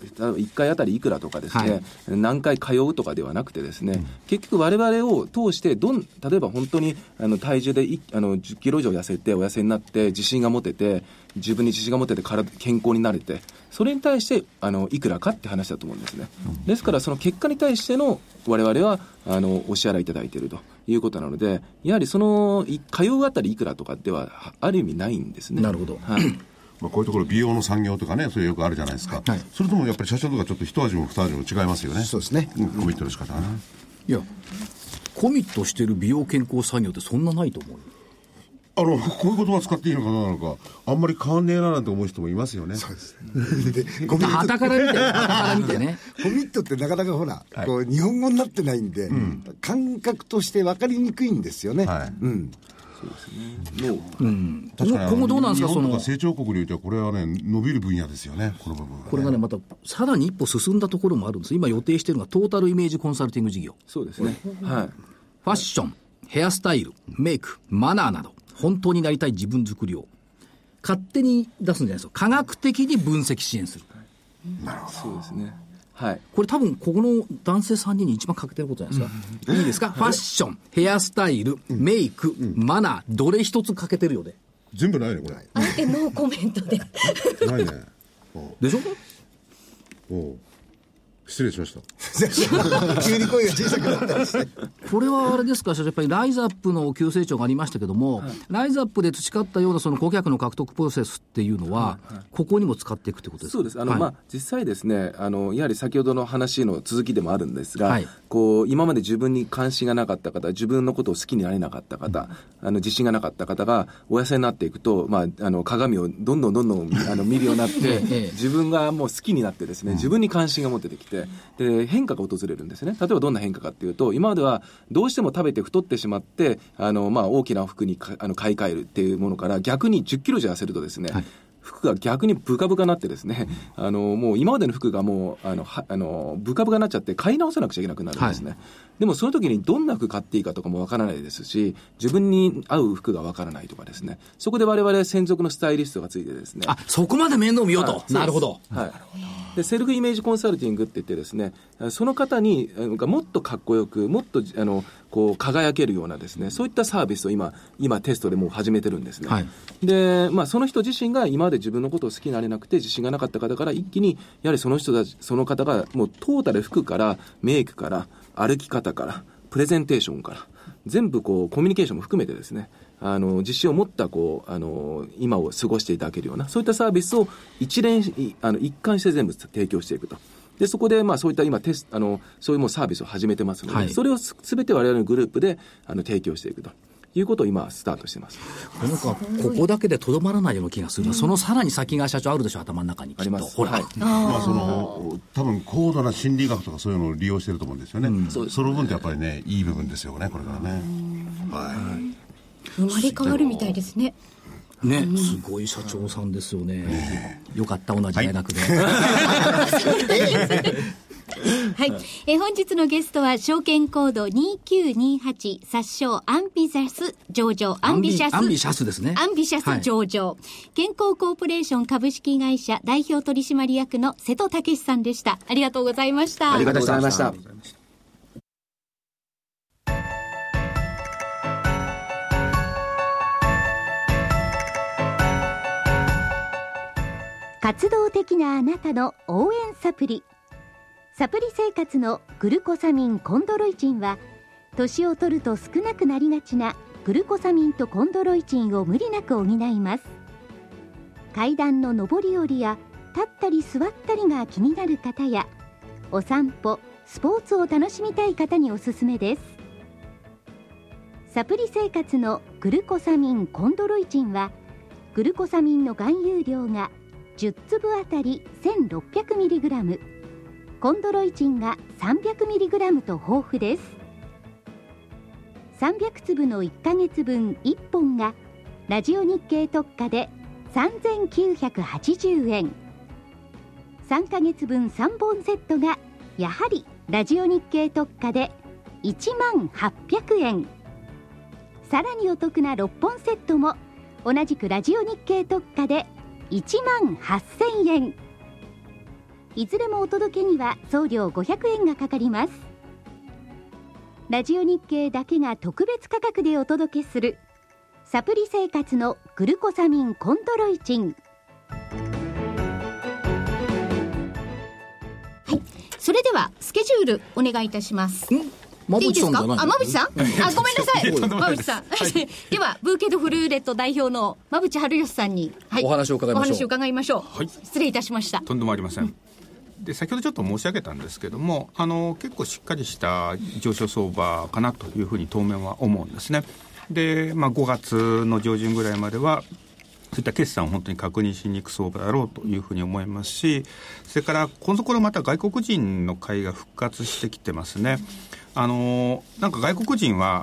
1回あたりいくらとかですね、何回通うとかではなくてですね、結局我々を通して例えば本当に体重で10キロ以上痩せてお痩せになって自信が持てて、自分に自信が持てて健康になれて、それに対していくらかって話だと思うんですね。ですからその結果に対しての我々はお支払いいただいているということなので、やはりその通うあたりいくらとかではある意味ないんですね。 なるほど。 こういうところ美容の産業とかね、それよくあるじゃないですか。それともやっぱり社長とかちょっと一味も二味も違いますよね。 そうですね。 コミットの仕方がね。 いや、コミットしてる美容健康産業ってそんなないと思う。 こういう言葉使っていいのかなのか、あんまり変わんねえななんて思う人もいますよね。 そうですね。で旗から見てね。 コミットってなかなかほら、こう日本語になってないんで、感覚として分かりにくいんですよね。 そうですね。 確かに今後どうなんですか、 日本とか成長国においてはこれはね伸びる分野ですよね、この部分はね。 これがねまたさらに一歩進んだところもあるんです。今予定しているのがトータルイメージコンサルティング事業。 そうですね。 ファッション、ヘアスタイル、メイク、マナーなど本当になりたい自分作りを勝手に出すんじゃないですよ。科学的に分析支援する。 なるほど。そうですね。 これ多分ここの男性3人に一番欠けてることじゃないですか。いいですか。ファッション、ヘアスタイル、メイク、マナー、どれ一つ欠けてるようで。 全部ないねこれ。 あえてノーコメントで。 ないね。 でしょ。 失礼しました。 急に声が小さくなったりして。 これはあれですか、やっぱりライズアップの急成長がありましたけども、ライズアップで培ったようなその顧客の獲得プロセスっていうのは、ここにも使っていくということですか。 そうです。実際ですね、やはり先ほどの話の続きでもあるんですが、こう今まで自分に関心がなかった方、自分のことを好きになれなかった方、自信がなかった方がお痩せになっていくと、鏡をどんどん見るようになって自分がもう好きになってですね、自分に関心が持ててきて、で変化が訪れるんですね。例えばどんな変化かっていうと、今まではどうしても食べて太ってしまって大きな服に買い替えるっていうものから、逆に10キロ以上痩せるとですね、服が逆にブカブカになってですね、もう今までの服がもうブカブカになっちゃって買い直さなくちゃいけなくなるんですね。でもその時にどんな服買っていいかとかもわからないですし、自分に合う服がわからないとかですね、そこで我々専属のスタイリストがついてですね、 そこまで面倒見ようと。なるほど。 でセルフイメージコンサルティングって言ってですね、その方にもっとかっこよく、もっとこう輝けるようなですね、そういったサービスを今テストでもう始めてるんですね。で、その人自身が今まで自分のことを好きになれなくて自信がなかった方から、一気にやはりその方がもうトータル服からメイクから歩き方からプレゼンテーションから全部こうコミュニケーションも含めてですね、自信を持った今を過ごしていただけるような、そういったサービスを一貫して全部提供していくとでそこでそういった今そういうもうサービスを始めてますので、それを全て我々のグループで提供していくということを今スタートしてます。 なんかここだけでとどまらないような気がする、そのさらに先が社長あるでしょ、頭の中にきっと。 あります。 ほら、 多分高度な心理学とかそういうのを利用してると思うんですよね、その分ってやっぱりねいい部分ですよね、これからね。 生まれ変わるみたいですね。 ね、すごい社長さんですよね。よかった、同じ大学で。 はい、本日のゲストは証券コード2928札証アンビシャス上場、アンビシャスですね。アンビシャス上場、健康コーポレーション株式会社代表取締役の瀬戸武さんでした。ありがとうございました。 ありがとうございました。 活動的なあなたの応援サプリ。サプリ生活のグルコサミンコンドロイチンは、年を取ると少なくなりがちなグルコサミンとコンドロイチンを無理なく補います。階段の上り下りや立ったり座ったりが気になる方や、お散歩、スポーツを楽しみたい方におすすめです。サプリ生活のグルコサミンコンドロイチンは、グルコサミンの含有量が10粒あたり 1600mg、 コンドロイチンが 300mg と豊富です。300粒の1ヶ月分1本がラジオ日経特価で3980円、3ヶ月分3本セットがやはりラジオ日経特価で10800円、さらにお得な6本セットも同じくラジオ日経特価で18000円。いずれもお届けには送料500円がかかります。ラジオ日経だけが特別価格でお届けするサプリ生活のグルコサミンコンドロイチン。はい、それではスケジュールお願いいたします。 馬淵さんじゃないの？ 馬淵さんごめんなさい。馬淵さんではブーケドフルーレット代表の馬淵春吉さんに、 お話を伺いましょう。 はい、 失礼いたしました。 とんでもありません。で先ほどちょっと申し上げたんですけども、結構しっかりした上昇相場かなというふうに当面は思うんですね。で、5月の上旬ぐらいまではそういった決算を本当に確認しに行く相場だろうというふうに思いますし、それからこのところまた外国人の買いが復活してきてますね。なんか外国人は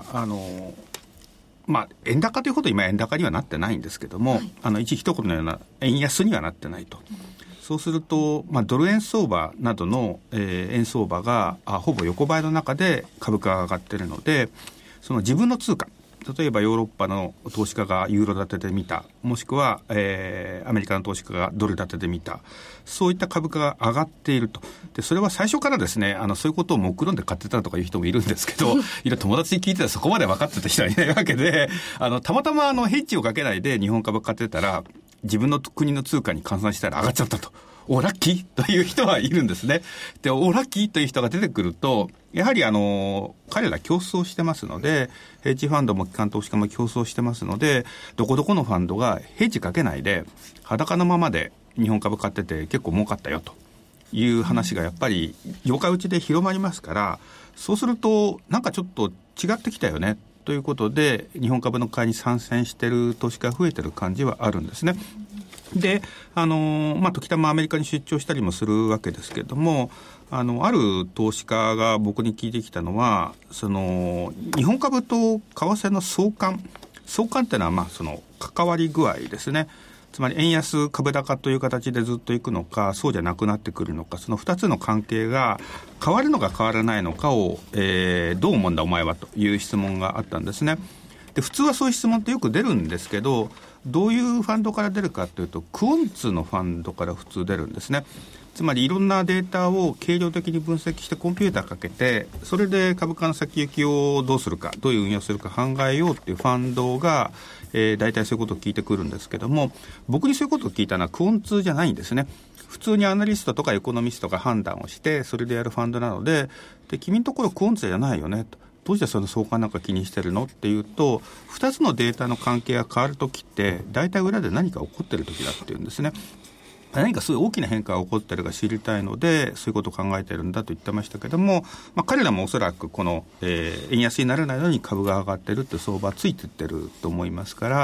円高というほど今円高にはなってないんですけども、一言のような円安にはなってないと。そうすると、ドル円相場などの、円相場がほぼ横ばいの中で株価が上がっているので、その自分の通貨、例えばヨーロッパの投資家がユーロ建てで見た、もしくは、アメリカの投資家がドル建てで見た、そういった株価が上がっていると。でそれは最初からですね、そういうことを目論んで買ってたとかいう人もいるんですけど、いろ友達に聞いてたらそこまで分かってた人はいないわけで、たまたまヘッジをかけないで日本株買ってたら、自分の国の通貨に換算したら上がっちゃったと。おラッキーという人はいるんですね。で、おラッキーという人が出てくると、やはり彼ら競争してますので、ヘッジファンドも機関投資家も競争してますので、どこどこのファンドがヘッジかけないで裸のままで日本株買ってて結構儲かったよという話がやっぱり業界内で広まりますから、そうするとなんかちょっと違ってきたよねということで、日本株の買いに参戦している投資家が増えている感じはあるんですね。で、時たまアメリカに出張したりもするわけですけれども、ある投資家が僕に聞いてきたのは、日本株と為替の相関っていうのは、その関わり具合ですね。つまり円安株高という形でずっといくのか、そうじゃなくなってくるのか、その2つの関係が変わるのか変わらないのかを、どう思うんだお前はという質問があったんですね。で普通はそういう質問ってよく出るんですけど、どういうファンドから出るかというと、クオンツのファンドから普通出るんですね。つまりいろんなデータを計量的に分析してコンピューターかけて、それで株価の先行きをどうするか、どういう運用するか考えようっていうファンドが、大体そういうことを聞いてくるんですけども、僕にそういうことを聞いたのはクオンツじゃないんですね。普通にアナリストとかエコノミストが判断をしてそれでやるファンドなので、君のところクオンツじゃないよねと。どうしてその相関なんか気にしてるのっていうと、2つのデータの関係が変わるときって大体裏で何か起こってるときだっていうんですね。 何かそういう大きな変化が起こっているか知りたいので、そういうことを考えているんだと言ってましたけども、彼らもおそらくこの、円安にならないのに株が上がっているって相場ついていってると思いますから、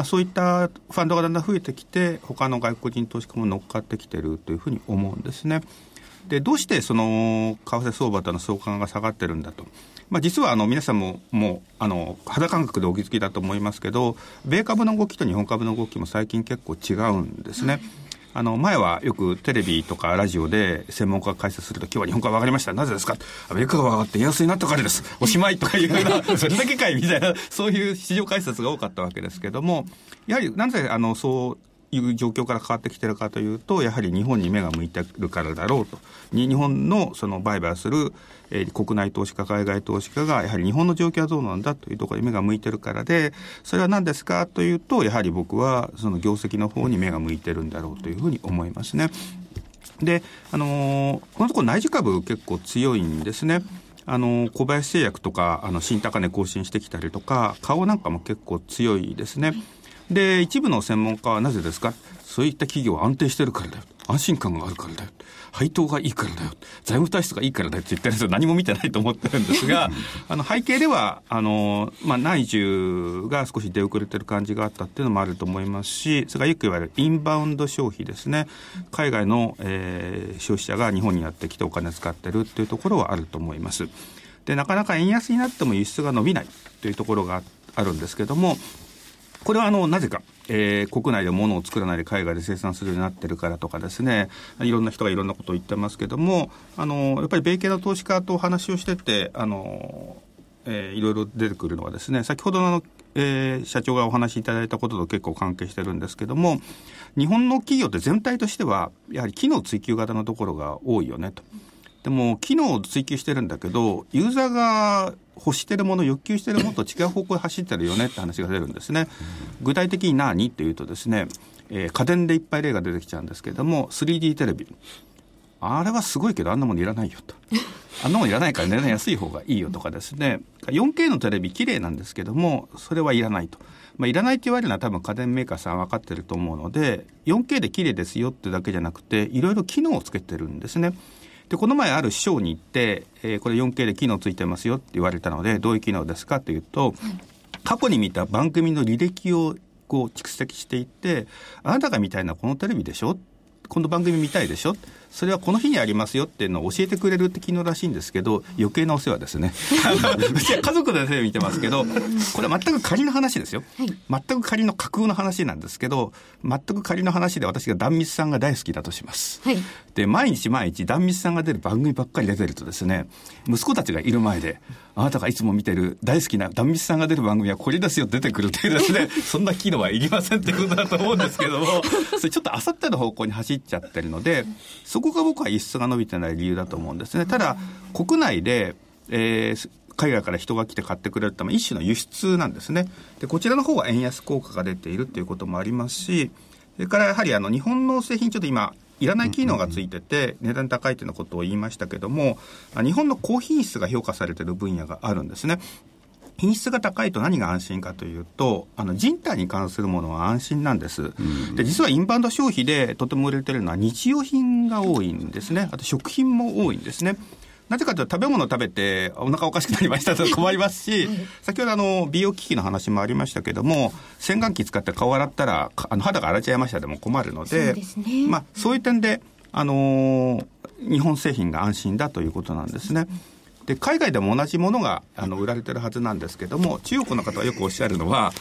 そういったファンドがだんだん増えてきて、他の外国人投資家も乗っかってきているというふうに思うんですね。で、どうしてその為替相場との相関が下がってるんだと。実は皆さんも肌感覚でお気づきだと思いますけど、米株の動きと日本株の動きも最近結構違うんですね。前はよくテレビとかラジオで専門家が解説すると、今日は日本株上がりました。なぜですか？アメリカ株上がって円安になったからです。おしまいとかいうような、それだけかいみたいな、そういう市場解説が多かったわけですけども、やはりなぜそういう状況から変わってきているかというと、やはり日本に目が向いているからだろうと。日本のその売買する、国内投資家、海外投資家がやはり日本の状況はどうなんだというところに目が向いているからで、それは何ですかというと、やはり僕はその業績の方に目が向いているんだろうというふうに思いますね。で、このところ内需株結構強いんですね。小林製薬とか新高値更新してきたりとか、花王なんかも結構強いですね。で、一部の専門家はなぜですか？そういった企業は安定してるからだよ。安心感があるからだよ。配当がいいからだよ。財務体質がいいからだよって言ってるんですよ。何も見てないと思ってるんですが、背景では、内需が少し出遅れてる感じがあったっていうのもあると思いますし、それからよく言われるインバウンド消費ですね。海外の、消費者が日本にやってきてお金使ってるっていうところはあると思います。で、なかなか円安になっても輸出が伸びないというところがあるんですけども、これはなぜか、国内で物を作らないで海外で生産するようになってるからとかですね、いろんな人がいろんなことを言ってますけども、やっぱり米系の投資家とお話をしてて、いろいろ出てくるのはですね、先ほどの、社長がお話しいただいたことと結構関係してるんですけども、日本の企業って全体としてはやはり機能追求型のところが多いよねと。でも機能を追求してるんだけど、ユーザーが欲してるもの、欲求してるものと違う方向へ走ってるよねって話が出るんですね。具体的に何っていうとですね、家電でいっぱい例が出てきちゃうんですけれども、3D テレビ。あれはすごいけどあんなものいらないよと。あんなものいらないから値段安い方がいいよとかですね。4K のテレビ綺麗なんですけども、それはいらないと。いらないって言われるのは多分家電メーカーさん分かってると思うので、4K で綺麗ですよってだけじゃなくて、いろいろ機能をつけてるんですね。で、この前あるショーに行って、これ 4K で機能ついてますよって言われたので、どういう機能ですかというと、過去に見た番組の履歴をこう蓄積していって、あなたが見たいのはこのテレビでしょ、この番組見たいでしょ、それはこの日にありますよっていうのを教えてくれるって機能らしいんですけど、余計なお世話ですね。うちは家族でテレビ見てますけど、これは全く仮の話ですよ。全く仮の架空の話なんですけど、全く仮の話で私が壇蜜さんが大好きだとします。はい、で、毎日壇蜜さんが出る番組ばっかり出てるとですね、息子たちがいる前で、あなたがいつも見てる大好きな壇蜜さんが出る番組はこれですよ出てくるっていうですね、そんな機能はいりませんってことだと思うんですけども、それちょっとあさっての方向に走っちゃってるので、そこが僕は輸出が伸びてない理由だと思うんですね。ただ国内で、海外から人が来て買ってくれるため一種の輸出なんですね。で、こちらの方は円安効果が出ているということもありますし、それからやはり日本の製品ちょっと今いらない機能がついてて値段高いというようなことを言いましたけども、日本の高品質が評価されている分野があるんですね。品質が高いと何が安心かというと、人体に関するものは安心なんです。で、実はインバウンド消費でとても売れているのは日用品が多いんですね。あと食品も多いんですね。なぜかというと、食べ物を食べてお腹おかしくなりましたと困りますし、先ほど美容機器の話もありましたけども、洗顔器使って顔洗ったら肌が荒れちゃいましたでも困るので、そうですね。そういう点で日本製品が安心だということなんですね。で、海外でも同じものが売られてるはずなんですけども、中国の方はよくおっしゃるのは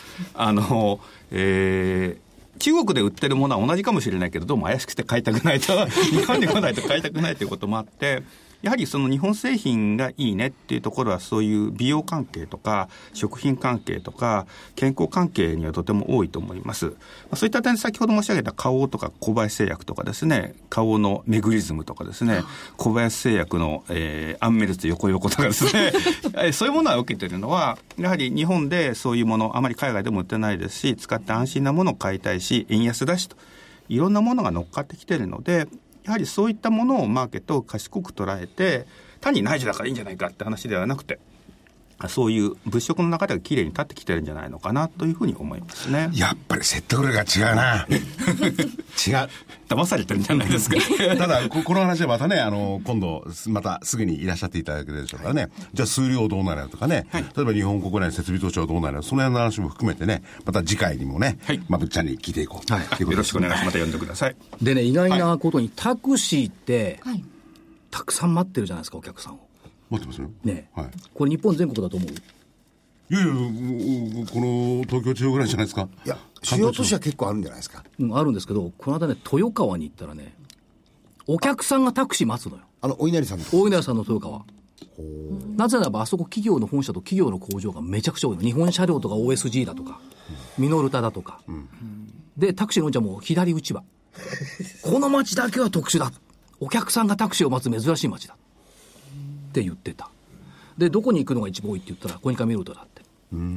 中国で売ってるものは同じかもしれないけど、どうも怪しくて買いたくないと日本に来ないと買いたくないということもあって、やはりその日本製品がいいねっていうところは、そういう美容関係とか食品関係とか健康関係にはとても多いと思います。そういった点で先ほど申し上げた花王とか小林製薬とかですね、花王のメグリズムとかですね、小林製薬の、アンメルツ横横とかですねそういうものを受けているのは、やはり日本でそういうものあまり海外でも売ってないですし、使って安心なものを買いたいし、円安だしといろんなものが乗っかってきているので、やはりそういったものをマーケットを賢く捉えて、単に内需だからいいんじゃないかって話ではなくて、 そういう物色の流れがきれいに立ってきてるんじゃないのかなというふうに思いますね。 やっぱり説得力が違うな違う騙されてるんじゃないですかただこの話はまたね今度またすぐにいらっしゃっていただけるでしょうからね、じゃあ数量どうなるとかね、例えば日本国内の設備投資はどうなる、その辺の話も含めてね、また次回にもね、ぶっちゃんに聞いていこう、 よろしくお願いします。また読んでください。 でね、意外なことにタクシーって、たくさん待ってるじゃないですか、お客さんを。 待ってますよね、これ日本全国だと思う？ いやいや、この東京地方ぐらいじゃないですか。 いや、主要都市は結構あるんじゃないですか。 あるんですけど、この間ね、豊川に行ったらね、お客さんがタクシー待つのよ。 お稲荷さんの豊川。なぜならば、あそこ企業の本社と企業の工場がめちゃくちゃ多いの。日本車両とか OSG だとか、ミノルタだとか。で、タクシーの運転はもう左打ち場。この街だけは特殊だ。お客さんがタクシーを待つ珍しい街だ。って言ってた。で、どこに行くのが一番多いって言ったら、コニカミノルタだって。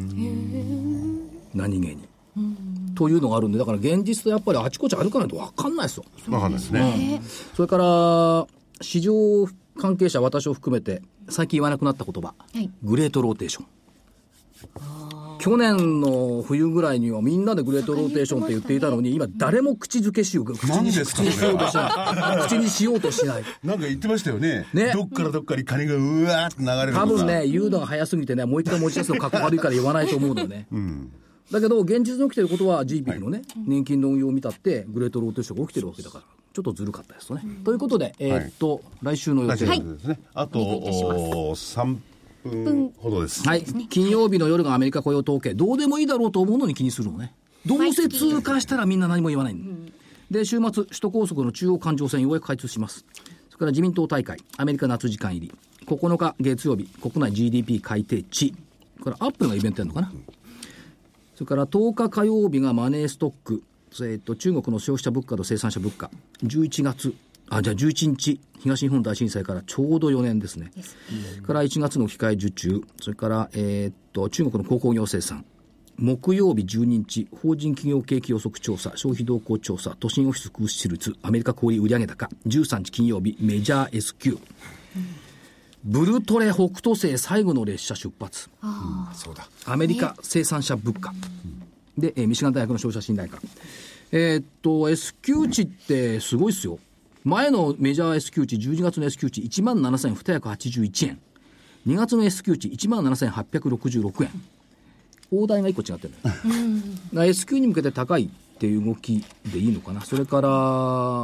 何気に。というのがあるんで、だから現実とやっぱりあちこち歩かないと分かんないですよ。 分かんないですね。 それから市場関係者、私を含めて最近言わなくなった言葉、グレートローテーション。去年の冬ぐらいにはみんなでグレートローテーションって言っていたのに、今誰も口づけしよう、口にしようとしない。口にしようとしない。 なんか言ってましたよね。どっからどっかに金がうわーって流れるとか。 多分ね、言うのが早すぎてね、もう一回持ち出すのかっこ悪いから言わないと思うのよね。だけど現実に起きてることは GPP のね、年金の運用を見たってグレートローテーションが起きてるわけだから、ちょっとずるかったですとね。ということで、来週の予定ですね。 あと3分ほどです。 金曜日の夜がアメリカ雇用統計、どうでもいいだろうと思うのに気にするのね。どうせ通過したらみんな何も言わないの。で、週末首都高速の中央環状線ようやく開通します。それから自民党大会、アメリカ夏時間入り、9日月曜日国内 GDP 改定値、これアップルがイベントやるのかな。それから10日火曜日がマネーストック、中国の消費者物価と生産者物価、11日、東日本大震災からちょうど4年ですね。から1月の機械受注、それから、中国の鉱工業生産、木曜日12日、法人企業景気予測調査、消費動向調査、都心オフィス空室率、アメリカ小売売上高、13日金曜日、メジャー S q、ブルトレ北斗星最後の列車出発。 そうだ。 アメリカ生産者物価。で、ミシガン大学の消費者信頼感。S q 値ってすごいっすよ。前のメジャー S q 値、12月の S q 値17,281円。2月の S q 値17,866円。大台が1個違ってるのよ。S q に向けて高いっていう動きでいいのかな。それから、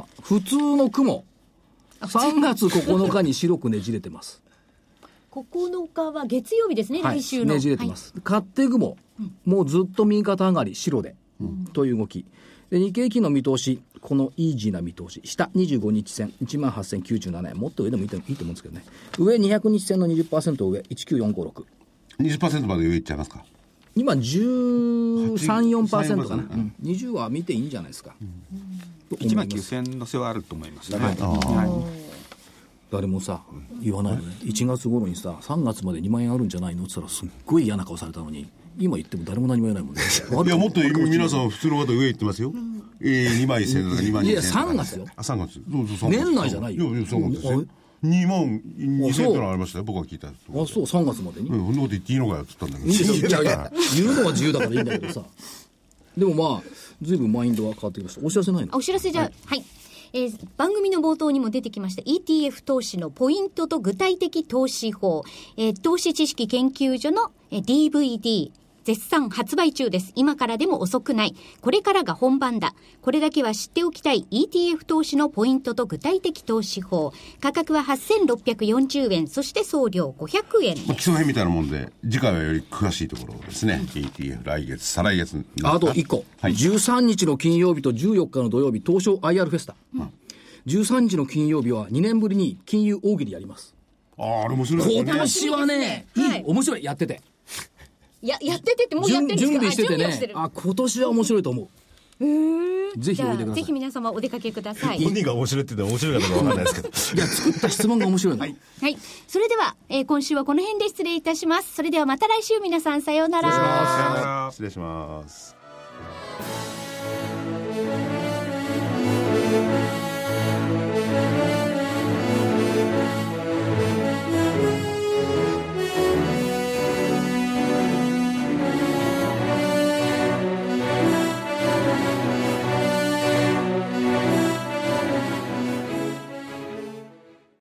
普通の雲。3月9日に白くねじれてます。 9日は月曜日ですね、来週の。 ねじれてます。勝手雲、もうずっと右肩上がり、白で、という動き。で、日経期の見通し、このイージーな見通し、下25日線、18,097円、もっと上でもいいと思うんですけどね。上200日線の 20% 上、19456。 20% まで上いっちゃいますか？ 今13、4% かな。20は見ていいんじゃないですか。 19,000の背はあると思いますね。 誰もさ、言わないよね。1月頃にさ、3月まで2万円あるんじゃないのって言ったらすっごい嫌な顔されたのに、今言っても誰も何も言えないもんね。 いや、もっと皆さん普通の方上言ってますよ。2万1000とか2万2000とか。 いや、3月よ。 3月。 年内じゃないよ。 いや、3月ですよ。2万2000とのありましたよ、僕が聞いた。 あ、そう、3月までに。 そんなこと言っていいのかよって言ったんだけど。 いや、言うのは自由だからいいんだけどさ。でもまあ、ずいぶんマインドは変わってきました。お知らせないの？ お知らせじゃ、はい。番組の冒頭にも出てきました ETF 投資のポイントと具体的投資法、投資知識研究所の DVD絶賛発売中です。今からでも遅くない。これからが本番だ。これだけは知っておきたい ETF 投資のポイントと具体的投資法。価格は8,640円。そして送料500円です。 基礎編みたいなもんで、次回はより詳しいところですね。ETF 来月、再来月。 あと1個。13日の金曜日と14日の土曜日、東証 IR フェスタ。13日の金曜日は2年ぶりに金融大喜利やります。 あれ面白いですね。 今年はね、面白い。やってて。 やっててってもうやってるんですか？ 準備しててね。今年は面白いと思う。ぜひおいでください。 ぜひ皆様お出かけください。 本人が面白いって言って面白いかどうかわかんないですけど。 いや、作った質問が面白いの。はい。 それでは、今週はこの辺で失礼いたします。それではまた来週皆さんさようなら。 失礼します。